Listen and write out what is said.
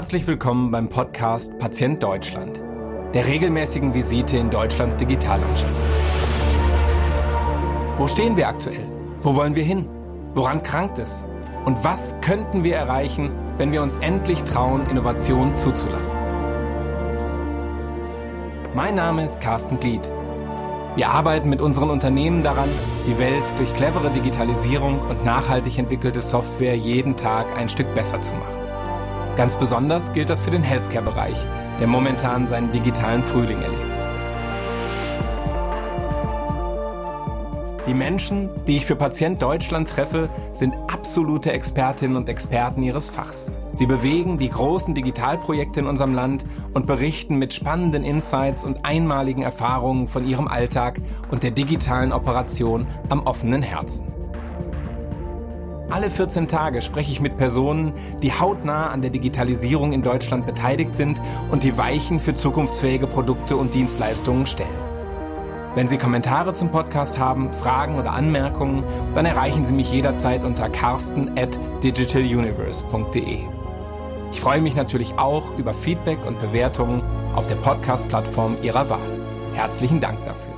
Herzlich willkommen beim Podcast Patient Deutschland, der regelmäßigen Visite in Deutschlands Digitallandschaft. Wo stehen wir aktuell? Wo wollen wir hin? Woran krankt es? Und was könnten wir erreichen, wenn wir uns endlich trauen, Innovation zuzulassen? Mein Name ist Carsten Glied. Wir arbeiten mit unseren Unternehmen daran, die Welt durch clevere Digitalisierung und nachhaltig entwickelte Software jeden Tag ein Stück besser zu machen. Ganz besonders gilt das für den Healthcare-Bereich, der momentan seinen digitalen Frühling erlebt. Die Menschen, die ich für Patient Deutschland treffe, sind absolute Expertinnen und Experten ihres Fachs. Sie bewegen die großen Digitalprojekte in unserem Land und berichten mit spannenden Insights und einmaligen Erfahrungen von ihrem Alltag und der digitalen Operation am offenen Herzen. Alle 14 Tage spreche ich mit Personen, die hautnah an der Digitalisierung in Deutschland beteiligt sind und die Weichen für zukunftsfähige Produkte und Dienstleistungen stellen. Wenn Sie Kommentare zum Podcast haben, Fragen oder Anmerkungen, dann erreichen Sie mich jederzeit unter carsten@digitaluniverse.de. Ich freue mich natürlich auch über Feedback und Bewertungen auf der Podcast-Plattform Ihrer Wahl. Herzlichen Dank dafür.